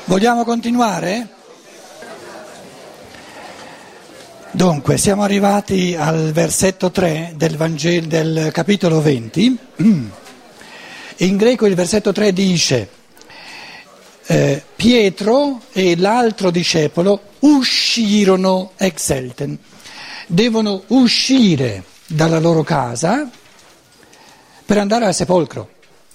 Vogliamo continuare? Dunque, siamo arrivati al versetto 3 del Vangelo del capitolo 20. In greco il versetto 3 dice: Pietro e l'altro discepolo uscirono ex elten. Devono uscire dalla loro casa per andare al sepolcro.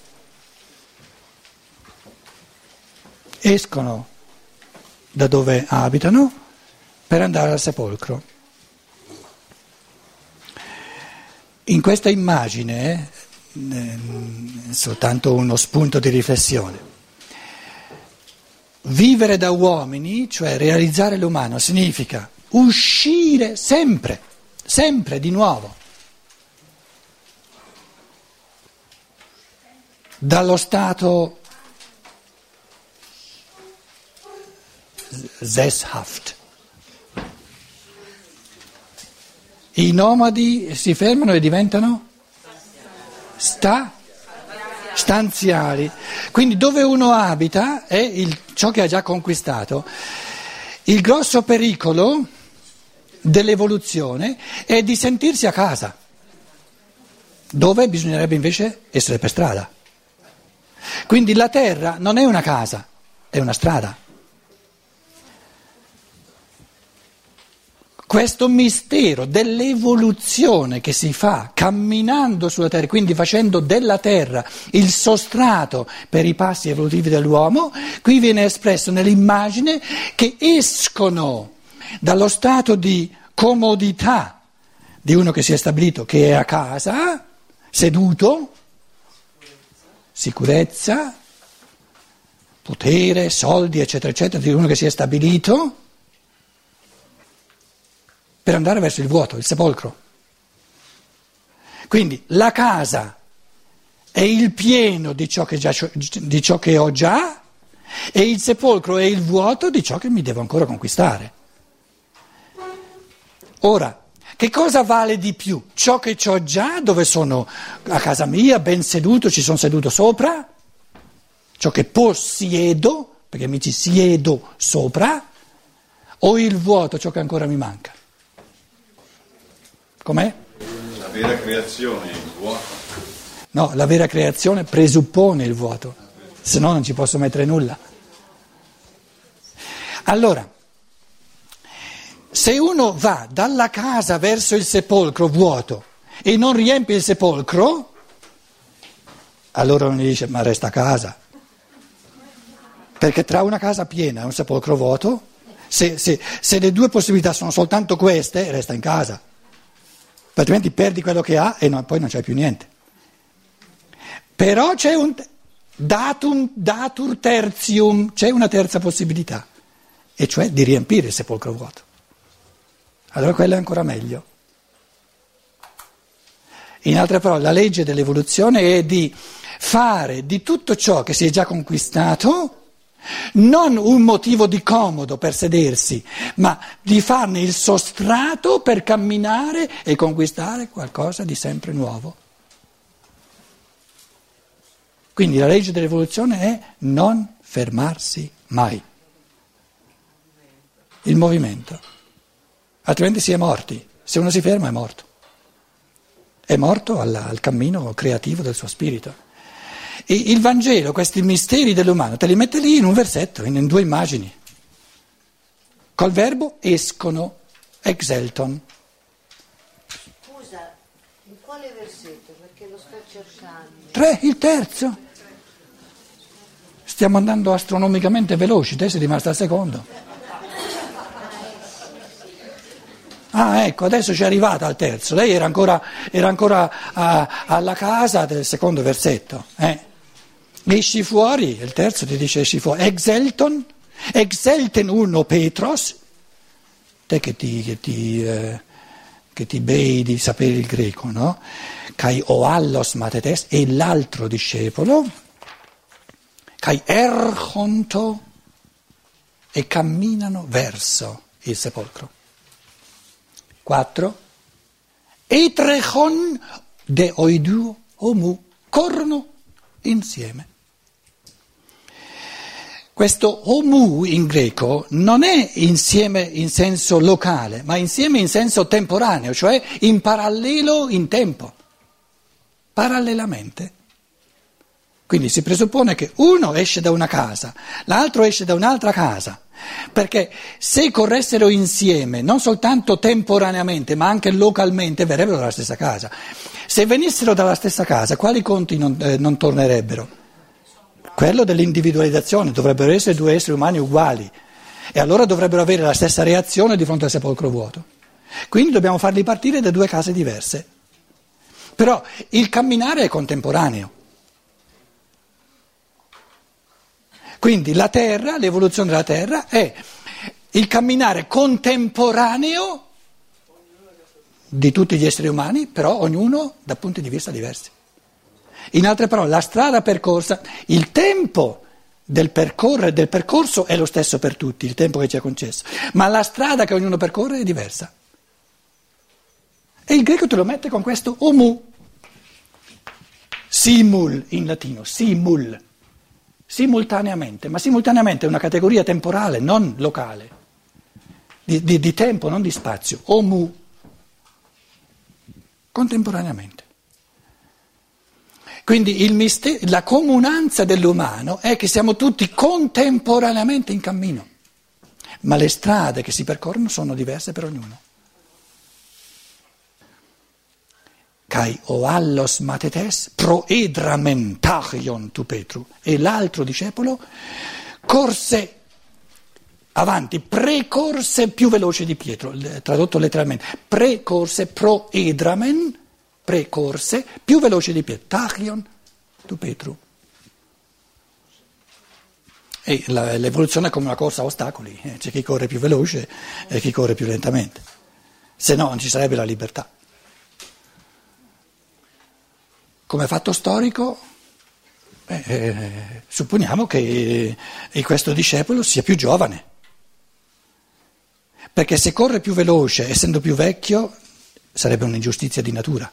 Escono da dove abitano per andare al sepolcro. In questa immagine, soltanto uno spunto di riflessione, vivere da uomini, cioè realizzare l'umano, significa uscire sempre, sempre di nuovo, dallo stato sesshaft. I nomadi si fermano e diventano stanziali. Quindi dove uno abita è ciò che ha già conquistato. Il grosso pericolo dell'evoluzione è di sentirsi a casa, dove bisognerebbe invece essere per strada. Quindi la terra non è una casa, è una strada. Questo mistero dell'evoluzione che si fa camminando sulla terra, quindi facendo della terra il sostrato per i passi evolutivi dell'uomo, qui viene espresso nell'immagine che escono dallo stato di comodità di uno che si è stabilito, che è a casa, seduto, sicurezza, potere, soldi, eccetera, eccetera, di uno che si è stabilito, per andare verso il vuoto, il sepolcro. Quindi la casa è il pieno di ciò che ho già, e il sepolcro è il vuoto di ciò che mi devo ancora conquistare. Ora, che cosa vale di più? Ciò che ho già, dove sono a casa mia, ben seduto, ci sono seduto sopra, ciò che possiedo, perché mi ci siedo sopra, o il vuoto, ciò che ancora mi manca? Com'è? La vera creazione è il vuoto. No, la vera creazione presuppone il vuoto, se no non ci posso mettere nulla. Allora, se uno va dalla casa verso il sepolcro vuoto e non riempie il sepolcro, allora uno dice: ma resta a casa. Perché tra una casa piena e un sepolcro vuoto, se le due possibilità sono soltanto queste, resta in casa. Altrimenti perdi quello che ha e poi non c'è più niente. Però c'è un datur tertium, c'è una terza possibilità, e cioè di riempire il sepolcro vuoto. Allora quello è ancora meglio. In altre parole, la legge dell'evoluzione è di fare di tutto ciò che si è già conquistato non un motivo di comodo per sedersi, ma di farne il sostrato per camminare e conquistare qualcosa di sempre nuovo. Quindi la legge dell'evoluzione è non fermarsi mai. Il movimento. Altrimenti si è morti. Se uno si ferma è morto. È morto al cammino creativo del suo spirito. E il Vangelo, questi misteri dell'umano, te li mette lì in un versetto, in due immagini. Col verbo escono, ex elton. Scusa, in quale versetto? Perché lo sto cercando. 3, il terzo. Stiamo andando astronomicamente veloci, te sei rimasto al secondo. Ah, ecco, adesso ci è arrivata al terzo. Lei era ancora alla casa del secondo versetto. Esci fuori, il terzo ti dice esci fuori. Ex elten uno Petros, te che ti bei di sapere il greco, no? Kai oallos matetes, e l'altro discepolo, kai erchonto, e camminano verso il sepolcro. 4. Etrechon de oidu homu, corrono insieme. Questo homu in greco non è insieme in senso locale, ma insieme in senso temporaneo, cioè in parallelo in tempo, parallelamente. Quindi si presuppone che uno esce da una casa, l'altro esce da un'altra casa, perché se corressero insieme, non soltanto temporaneamente, ma anche localmente, verrebbero dalla stessa casa. Se venissero dalla stessa casa, quali conti non tornerebbero? Quello dell'individualizzazione, dovrebbero essere due esseri umani uguali e allora dovrebbero avere la stessa reazione di fronte al sepolcro vuoto. Quindi dobbiamo farli partire da due case diverse. Però il camminare è contemporaneo. Quindi la Terra, l'evoluzione della Terra è il camminare contemporaneo di tutti gli esseri umani, però ognuno da punti di vista diversi. In altre parole, la strada percorsa, il tempo del percorso è lo stesso per tutti, il tempo che ci è concesso, ma la strada che ognuno percorre è diversa. E il greco te lo mette con questo homu, simul in latino, simul. Simultaneamente, ma simultaneamente è una categoria temporale, non locale, di tempo, non di spazio, homu, contemporaneamente. Quindi la comunanza dell'umano è che siamo tutti contemporaneamente in cammino, ma le strade che si percorrono sono diverse per ognuno. Kai oallos matetes proedramen tachyon tu Petru. E l'altro discepolo corse avanti, precorse più veloce di Pietro, tradotto letteralmente, precorse proedramen, precorse più veloce di Pietro, tachyon tu Petru. E l'evoluzione è come una corsa a ostacoli, c'è chi corre più veloce e chi corre più lentamente, se no non ci sarebbe la libertà. Come fatto storico, supponiamo che questo discepolo sia più giovane, perché se corre più veloce, essendo più vecchio, sarebbe un'ingiustizia di natura.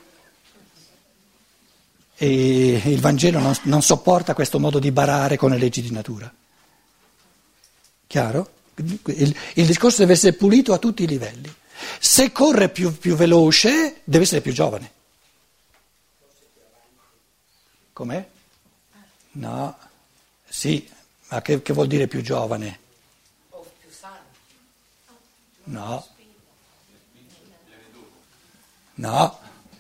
E il Vangelo non sopporta questo modo di barare con le leggi di natura. Chiaro? Il discorso deve essere pulito a tutti i livelli. Se corre più veloce, deve essere più giovane. Com'è? No, sì, ma che vuol dire più giovane? O più sano. No. No.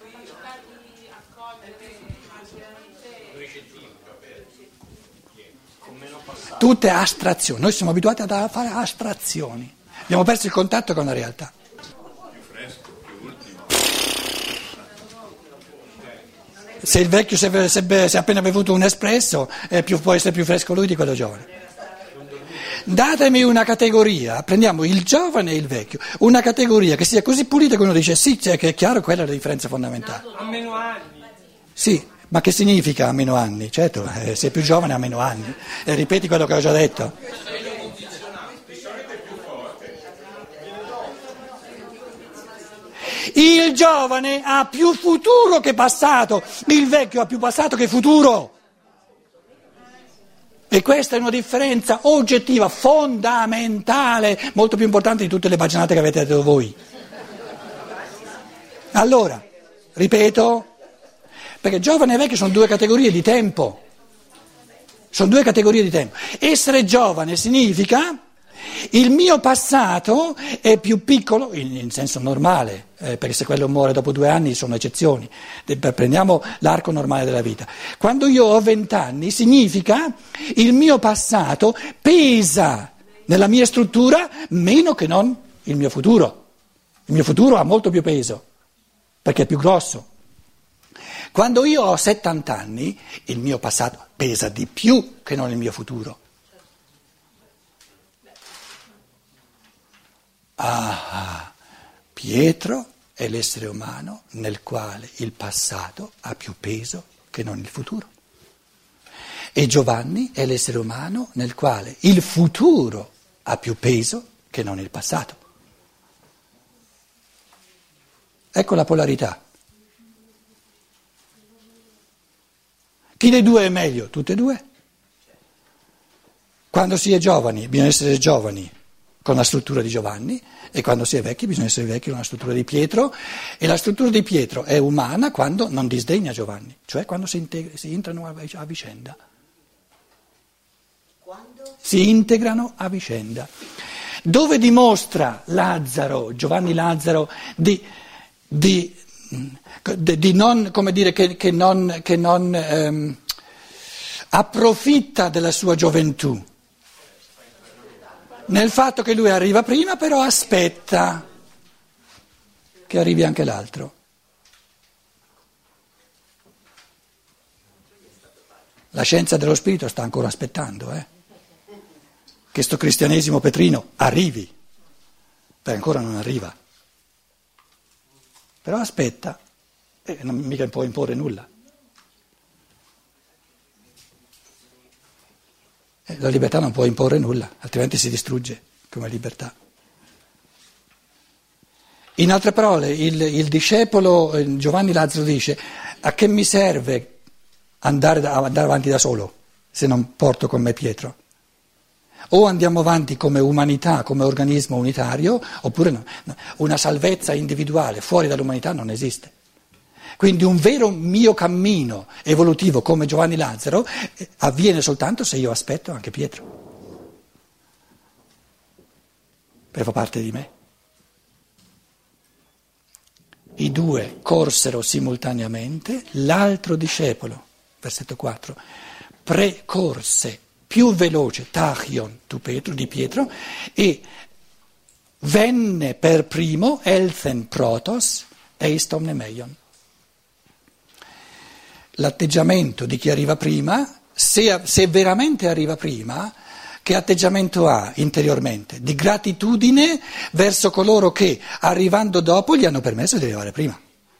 Tutte astrazioni, noi siamo abituati a fare astrazioni, abbiamo perso il contatto con la realtà. Se il vecchio si è appena bevuto un espresso, può essere più fresco lui di quello giovane. Datemi una categoria, prendiamo il giovane e il vecchio, una categoria che sia così pulita che uno dice sì, che è chiaro, quella è la differenza fondamentale. A meno anni. Sì, ma che significa a meno anni? Certo, se è più giovane ha meno anni. Ripeti quello che ho già detto. Il giovane ha più futuro che passato, il vecchio ha più passato che futuro. E questa è una differenza oggettiva, fondamentale, molto più importante di tutte le bagianate che avete detto voi. Allora, ripeto, perché giovane e vecchio sono due categorie di tempo. Sono due categorie di tempo. Essere giovane significa il mio passato è più piccolo, in senso normale, perché se quello muore dopo 2 anni sono eccezioni, prendiamo l'arco normale della vita. Quando io ho 20 anni significa il mio passato pesa nella mia struttura meno che non il mio futuro. Il mio futuro ha molto più peso, perché è più grosso. Quando io ho 70 anni, il mio passato pesa di più che non il mio futuro. Pietro è l'essere umano nel quale il passato ha più peso che non il futuro. E Giovanni è l'essere umano nel quale il futuro ha più peso che non il passato. Ecco la polarità. Chi dei due è meglio? Tutte e due? Quando si è giovani bisogna essere giovani con la struttura di Giovanni e quando si è vecchi bisogna essere vecchi con la struttura di Pietro e la struttura di Pietro è umana quando non disdegna Giovanni, cioè quando si integrano a vicenda. Quando? Si integrano a vicenda. Dove dimostra Lazzaro, Giovanni Lazzaro, di non, come dire, che non approfitta della sua gioventù? Nel fatto che lui arriva prima, però aspetta che arrivi anche l'altro. La scienza dello spirito sta ancora aspettando, che sto cristianesimo petrino arrivi, perché ancora non arriva. Però aspetta, e non mica può imporre nulla. La libertà non può imporre nulla, altrimenti si distrugge come libertà. In altre parole, il discepolo Giovanni Lazzaro dice: a che mi serve andare avanti da solo se non porto con me Pietro? O andiamo avanti come umanità, come organismo unitario, oppure no. Una salvezza individuale fuori dall'umanità non esiste. Quindi un vero mio cammino evolutivo come Giovanni Lazzaro avviene soltanto se io aspetto anche Pietro, perché fa parte di me. I due corsero simultaneamente, l'altro discepolo, versetto 4, precorse più veloce, tachion tu Pietro, di Pietro, e venne per primo, elthen protos, eistom nemeion. L'atteggiamento di chi arriva prima, se veramente arriva prima, che atteggiamento ha interiormente? Di gratitudine verso coloro che, arrivando dopo, gli hanno permesso di arrivare prima.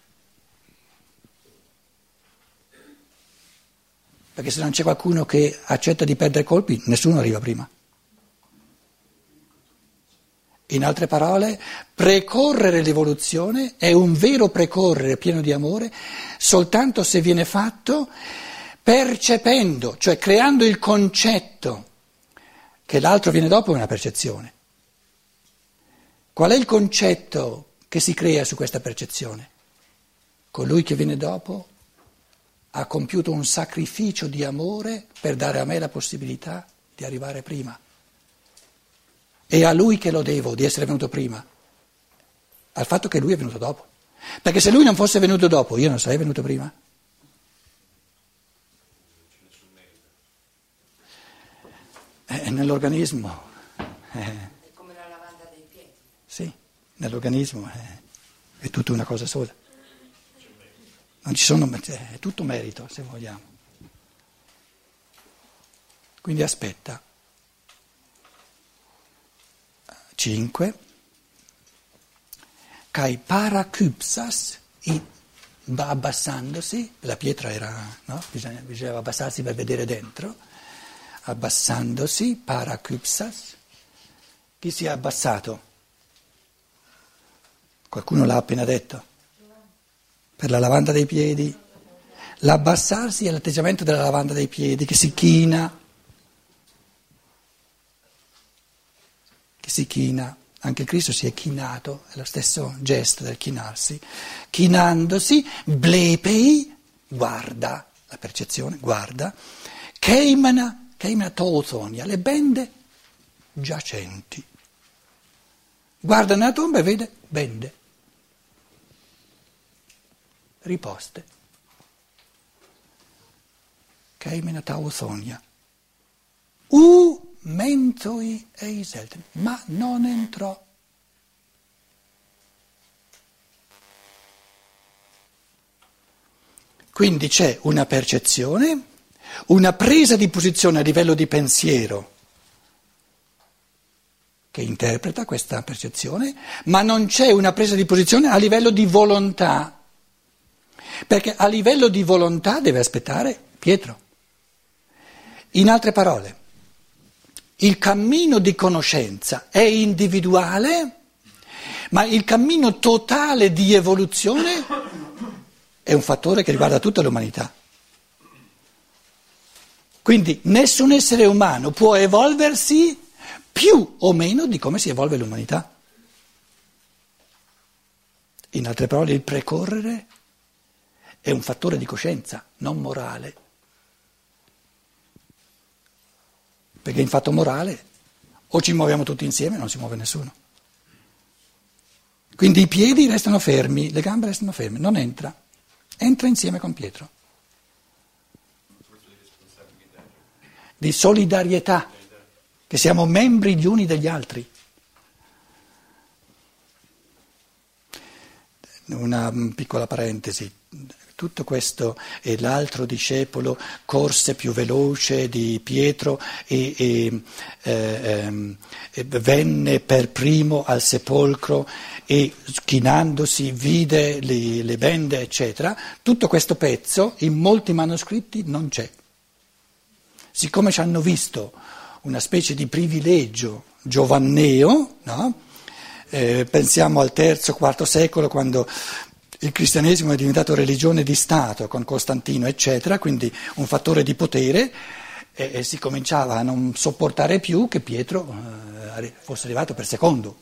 Perché se non c'è qualcuno che accetta di perdere colpi, nessuno arriva prima. In altre parole, precorrere l'evoluzione è un vero precorrere pieno di amore soltanto se viene fatto percependo, cioè creando il concetto che l'altro viene dopo è una percezione. Qual è il concetto che si crea su questa percezione? Colui che viene dopo ha compiuto un sacrificio di amore per dare a me la possibilità di arrivare prima. È a lui che lo devo di essere venuto prima, al fatto che lui è venuto dopo. Perché se lui non fosse venuto dopo, io non sarei venuto prima. Nell'organismo. È come la lavanda dei piedi. Sì, nell'organismo è tutta una cosa sola. Non ci sono, è tutto merito, se vogliamo. Quindi aspetta. 5. Kai parakypsas, abbassandosi, la pietra era, no? Bisognava abbassarsi per vedere dentro, abbassandosi, parakypsas. Chi si è abbassato? Qualcuno l'ha appena detto. Per la lavanda dei piedi. L'abbassarsi è l'atteggiamento della lavanda dei piedi, che si china. Anche Cristo si è chinato, è lo stesso gesto del chinarsi, chinandosi, blepei, guarda, la percezione, guarda, keimana tothonia, le bende giacenti, guarda nella tomba e vede bende, riposte, keimana tothonia, mentoi eiselten, ma non entrò. Quindi c'è una percezione, una presa di posizione a livello di pensiero che interpreta questa percezione, ma non c'è una presa di posizione a livello di volontà, perché a livello di volontà deve aspettare Pietro. In altre parole, il cammino di conoscenza è individuale, ma il cammino totale di evoluzione è un fattore che riguarda tutta l'umanità. Quindi nessun essere umano può evolversi più o meno di come si evolve l'umanità. In altre parole, il precorrere è un fattore di coscienza, non morale. Perché in fatto morale o ci muoviamo tutti insieme o non si muove nessuno. Quindi i piedi restano fermi, le gambe restano ferme, non entra. Entra insieme con Pietro. Di solidarietà, che siamo membri gli uni degli altri. Una piccola parentesi. Tutto questo e l'altro discepolo corse più veloce di Pietro e venne per primo al sepolcro e chinandosi vide le bende, eccetera. Tutto questo pezzo in molti manoscritti non c'è. Siccome ci hanno visto una specie di privilegio giovanneo, no? Pensiamo al III-IV secolo quando il cristianesimo è diventato religione di Stato con Costantino, eccetera, quindi un fattore di potere e si cominciava a non sopportare più che Pietro fosse arrivato per secondo.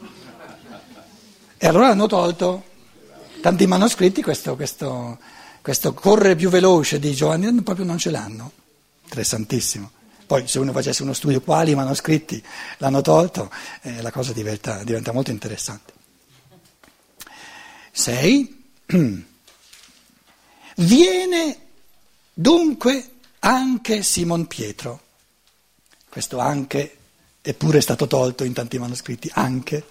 E allora hanno tolto tanti manoscritti, questo correre più veloce di Giovanni proprio non ce l'hanno. Interessantissimo. Poi se uno facesse uno studio quali manoscritti l'hanno tolto, la cosa diventa molto interessante. 6. Viene dunque anche Simon Pietro. Questo anche è pure stato tolto in tanti manoscritti, anche.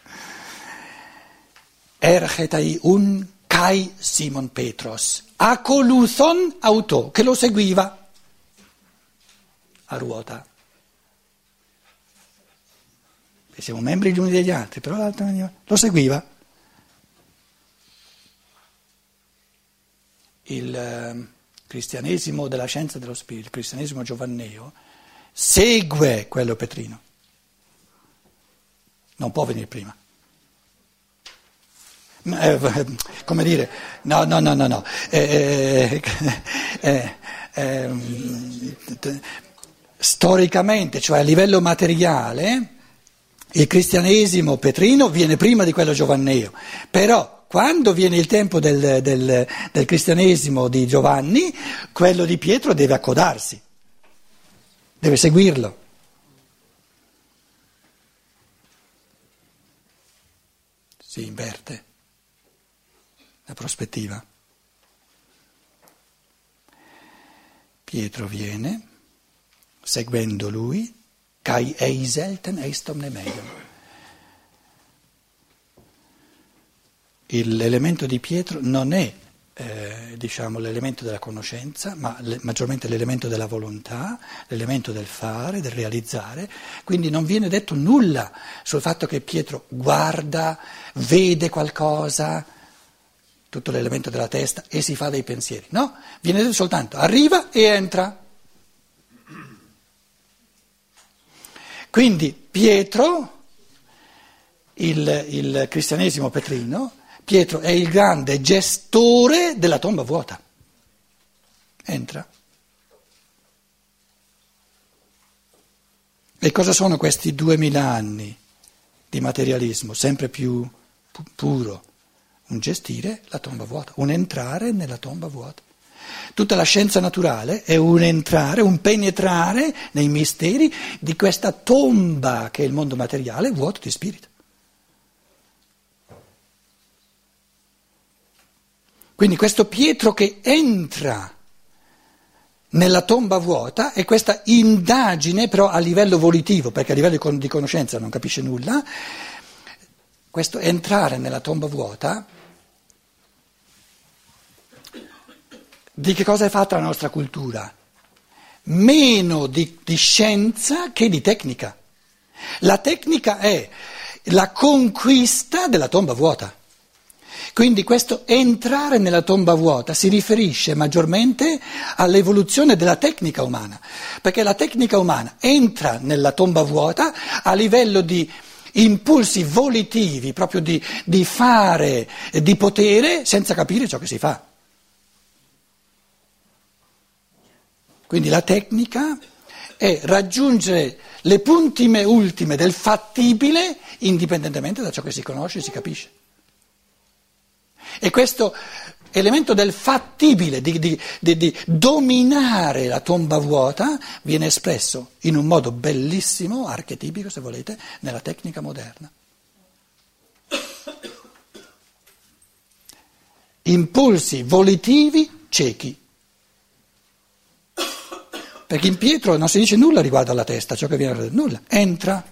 Erchetai un kai Simon Petros, acoluthon auto, che lo seguiva a ruota. E siamo membri gli uni degli altri, però l'altro lo seguiva. Il cristianesimo della scienza dello spirito, il cristianesimo giovanneo, segue quello petrino. Non può venire prima. Come dire, no. Storicamente, cioè a livello materiale, il cristianesimo petrino viene prima di quello giovanneo, però quando viene il tempo del cristianesimo di Giovanni, quello di Pietro deve accodarsi, deve seguirlo. Si inverte la prospettiva. Pietro viene, seguendo lui, kai eiselten eistom nemeion. L'elemento di Pietro non è l'elemento della conoscenza, ma maggiormente l'elemento della volontà, l'elemento del fare, del realizzare. Quindi non viene detto nulla sul fatto che Pietro guarda, vede qualcosa, tutto l'elemento della testa e si fa dei pensieri. No, viene detto soltanto arriva e entra. Quindi Pietro, il cristianesimo petrino, Pietro è il grande gestore della tomba vuota. Entra. E cosa sono questi 2000 anni di materialismo, sempre più puro? Un gestire la tomba vuota, un entrare nella tomba vuota. Tutta la scienza naturale è un entrare, un penetrare nei misteri di questa tomba che è il mondo materiale vuoto di spirito. Quindi questo Pietro che entra nella tomba vuota è questa indagine però a livello volitivo, perché a livello di conoscenza non capisce nulla. Questo entrare nella tomba vuota, di che cosa è fatta la nostra cultura? Meno di scienza che di tecnica. La tecnica è la conquista della tomba vuota. Quindi questo entrare nella tomba vuota si riferisce maggiormente all'evoluzione della tecnica umana, perché la tecnica umana entra nella tomba vuota a livello di impulsi volitivi, proprio di fare, di potere, senza capire ciò che si fa. Quindi la tecnica è raggiungere le puntime ultime del fattibile indipendentemente da ciò che si conosce e si capisce. E questo elemento del fattibile, di dominare la tomba vuota, viene espresso in un modo bellissimo, archetipico se volete, nella tecnica moderna. Impulsi volitivi ciechi. Perché in Pietro non si dice nulla riguardo alla testa, ciò che viene nulla, entra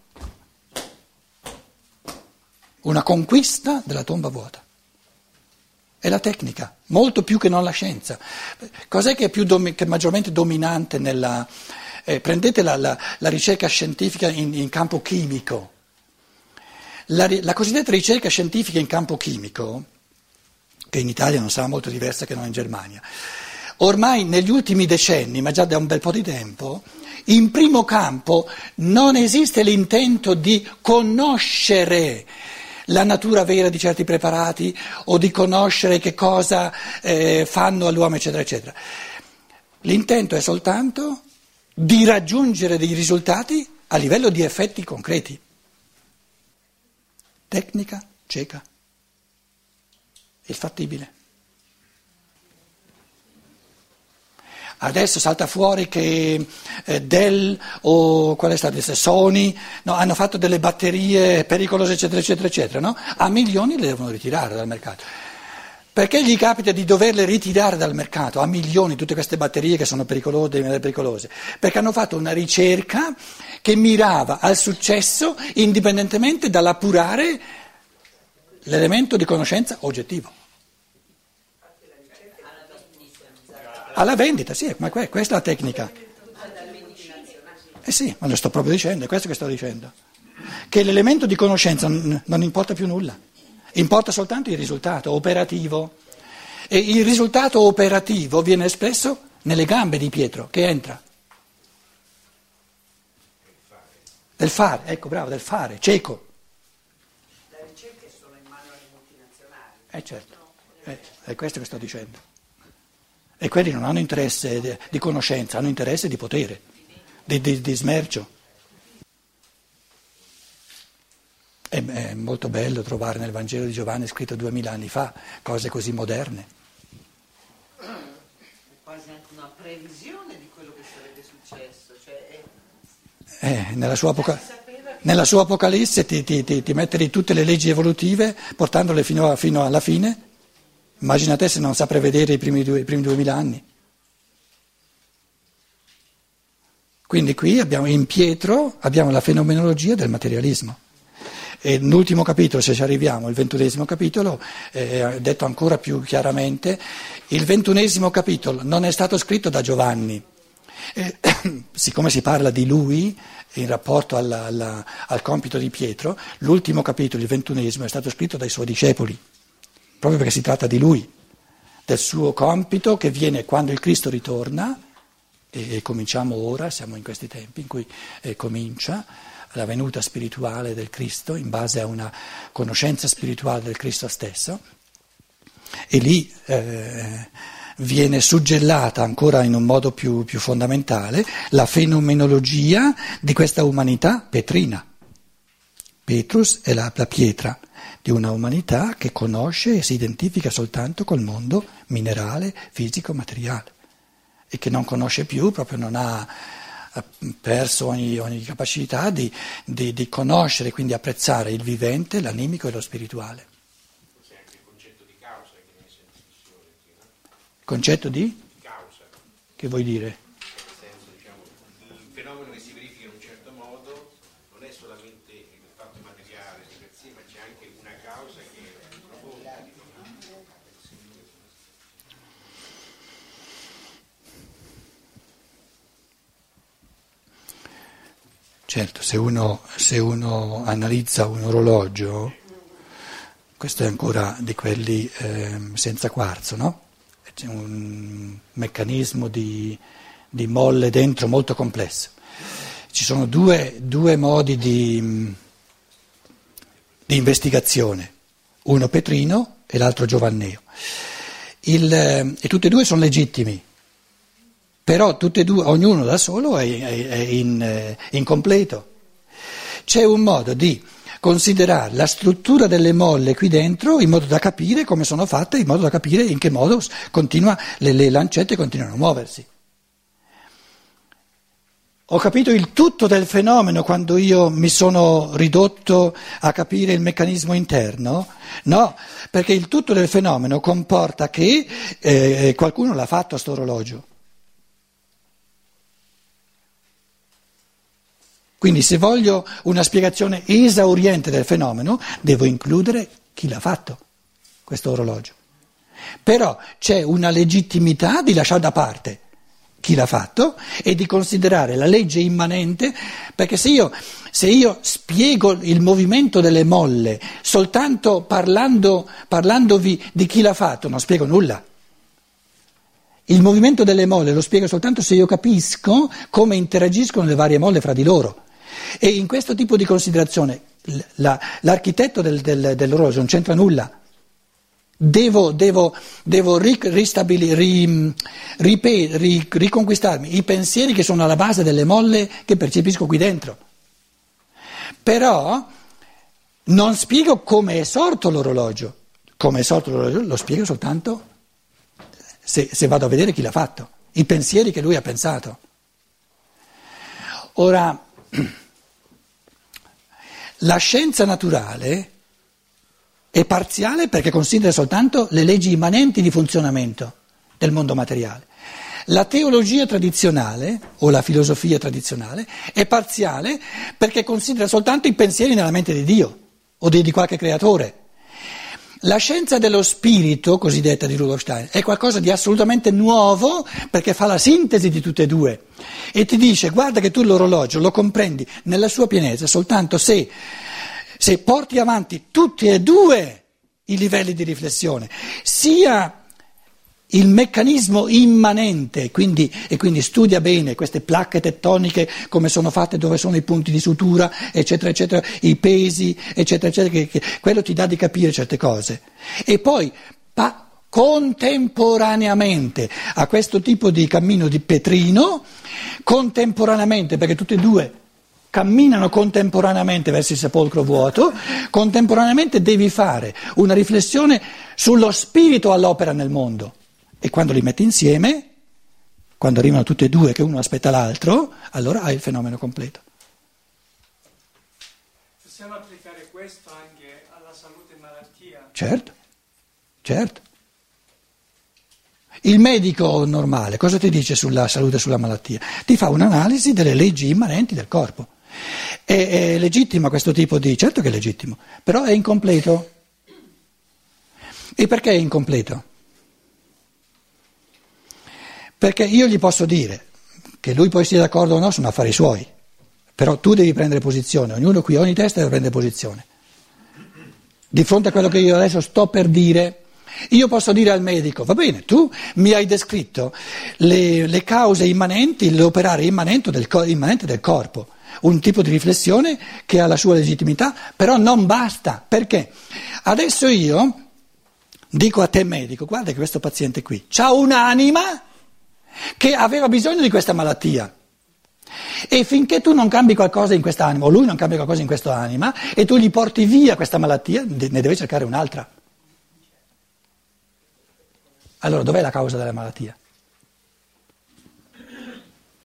una conquista della tomba vuota. È la tecnica, molto più che non la scienza. Cos'è che è maggiormente dominante nella... prendete la ricerca scientifica in campo chimico. La cosiddetta ricerca scientifica in campo chimico, che in Italia non sarà molto diversa che non in Germania, ormai negli ultimi decenni, ma già da un bel po' di tempo, in primo campo non esiste l'intento di conoscere la natura vera di certi preparati o di conoscere che cosa fanno all'uomo, eccetera, eccetera. L'intento è soltanto di raggiungere dei risultati a livello di effetti concreti. Tecnica cieca. Il fattibile. Adesso salta fuori che Dell o qual è stato, Sony hanno fatto delle batterie pericolose eccetera eccetera eccetera, no? A milioni le devono ritirare dal mercato. Perché gli capita di doverle ritirare dal mercato a milioni tutte queste batterie che sono pericolose? Perché hanno fatto una ricerca che mirava al successo indipendentemente dall'appurare l'elemento di conoscenza oggettivo. Alla vendita, sì, ma questa è la tecnica. Sì, ma lo sto proprio dicendo, è questo che sto dicendo. Che l'elemento di conoscenza non importa più nulla, importa soltanto il risultato operativo. E il risultato operativo viene espresso nelle gambe di Pietro, che entra. Del fare, ecco, bravo, del fare, cieco. La ricerca è solo in mano alle multinazionali. Certo, è questo che sto dicendo. E quelli non hanno interesse di conoscenza, hanno interesse di potere, di smercio. È molto bello trovare nel Vangelo di Giovanni, scritto 2000 anni fa, cose così moderne. È quasi anche una previsione di quello che sarebbe successo. Cioè Nella sua Apocalisse ti mette lì tutte le leggi evolutive, portandole fino alla fine. Immagina te se non sa prevedere i primi 2000 anni. Quindi qui in Pietro abbiamo la fenomenologia del materialismo. E l'ultimo capitolo, se ci arriviamo, il 21° capitolo, detto ancora più chiaramente, il 21° capitolo non è stato scritto da Giovanni. Siccome si parla di lui in rapporto al compito di Pietro, l'ultimo capitolo, il 21°, è stato scritto dai suoi discepoli. Proprio perché si tratta di lui, del suo compito che viene quando il Cristo ritorna, e cominciamo ora, siamo in questi tempi in cui comincia la venuta spirituale del Cristo in base a una conoscenza spirituale del Cristo stesso, e lì viene suggellata ancora in un modo più fondamentale la fenomenologia di questa umanità petrina. Petrus è la pietra di una umanità che conosce e si identifica soltanto col mondo minerale, fisico, materiale, e che non conosce più, proprio non ha perso ogni capacità di conoscere, quindi apprezzare il vivente, l'animico e lo spirituale. C'è anche il concetto di causa che ne è in discussione, no? Concetto di? Causa. Che vuoi dire? Nel senso, diciamo, il fenomeno che si verifica in un certo modo non è solamente il fatto materiale di per sé, ma c'è anche una causa che è profonda. Certo, se uno analizza un orologio, questo è ancora di quelli senza quarzo, no? C'è un meccanismo di molle dentro molto complesso. Ci sono due modi di investigazione, uno petrino e l'altro giovanneo. E tutti e due sono legittimi. Però tutte e due, ognuno da solo è incompleto. C'è un modo di considerare la struttura delle molle qui dentro in modo da capire come sono fatte, in modo da capire in che modo le lancette continuano a muoversi. Ho capito il tutto del fenomeno quando io mi sono ridotto a capire il meccanismo interno? No, perché il tutto del fenomeno comporta che qualcuno l'ha fatto sto orologio. Quindi se voglio una spiegazione esauriente del fenomeno, devo includere chi l'ha fatto, questo orologio. Però c'è una legittimità di lasciare da parte chi l'ha fatto e di considerare la legge immanente, perché se io spiego il movimento delle molle soltanto parlandovi di chi l'ha fatto, non spiego nulla. Il movimento delle molle lo spiego soltanto se io capisco come interagiscono le varie molle fra di loro. E in questo tipo di considerazione l'architetto dell'orologio non c'entra nulla. Devo riconquistarmi i pensieri che sono alla base delle molle che percepisco qui dentro. Però non spiego come è sorto l'orologio. Come è sorto l'orologio lo spiego soltanto se vado a vedere chi l'ha fatto, i pensieri che lui ha pensato. Ora, la scienza naturale è parziale perché considera soltanto le leggi immanenti di funzionamento del mondo materiale. La teologia tradizionale o la filosofia tradizionale è parziale perché considera soltanto i pensieri nella mente di Dio o di qualche creatore. La scienza dello spirito, cosiddetta di Rudolf Steiner, è qualcosa di assolutamente nuovo perché fa la sintesi di tutte e due e ti dice guarda che tu l'orologio lo comprendi nella sua pienezza soltanto se porti avanti tutti e due i livelli di riflessione, sia il meccanismo immanente, e quindi studia bene queste placche tettoniche, come sono fatte, dove sono i punti di sutura, eccetera, eccetera, i pesi, eccetera, eccetera, che quello ti dà di capire certe cose. E poi contemporaneamente a questo tipo di cammino di Petrino, contemporaneamente, perché tutti e due camminano contemporaneamente verso il sepolcro vuoto, contemporaneamente devi fare una riflessione sullo spirito all'opera nel mondo. E quando li metti insieme, quando arrivano tutti e due che uno aspetta l'altro, allora hai il fenomeno completo. Possiamo applicare questo anche alla salute e malattia? Certo, certo. Il medico normale cosa ti dice sulla salute e sulla malattia? Ti fa un'analisi delle leggi immanenti del corpo. È legittimo questo tipo di... Certo che è legittimo, però è incompleto. E perché è incompleto? Perché io gli posso dire che lui poi sia d'accordo o no sono affari suoi, però tu devi prendere posizione, ognuno qui, ogni testa deve prendere posizione. Di fronte a quello che io adesso sto per dire, io posso dire al medico, va bene, tu mi hai descritto le cause immanenti, l'operare immanente del corpo, un tipo di riflessione che ha la sua legittimità, però non basta, perché adesso io dico a te medico, guarda che questo paziente qui c'ha un'anima che aveva bisogno di questa malattia e finché tu non cambi qualcosa in quest'anima o lui non cambia qualcosa in quest'anima e tu gli porti via questa malattia, ne deve cercare un'altra. Allora dov'è la causa della malattia?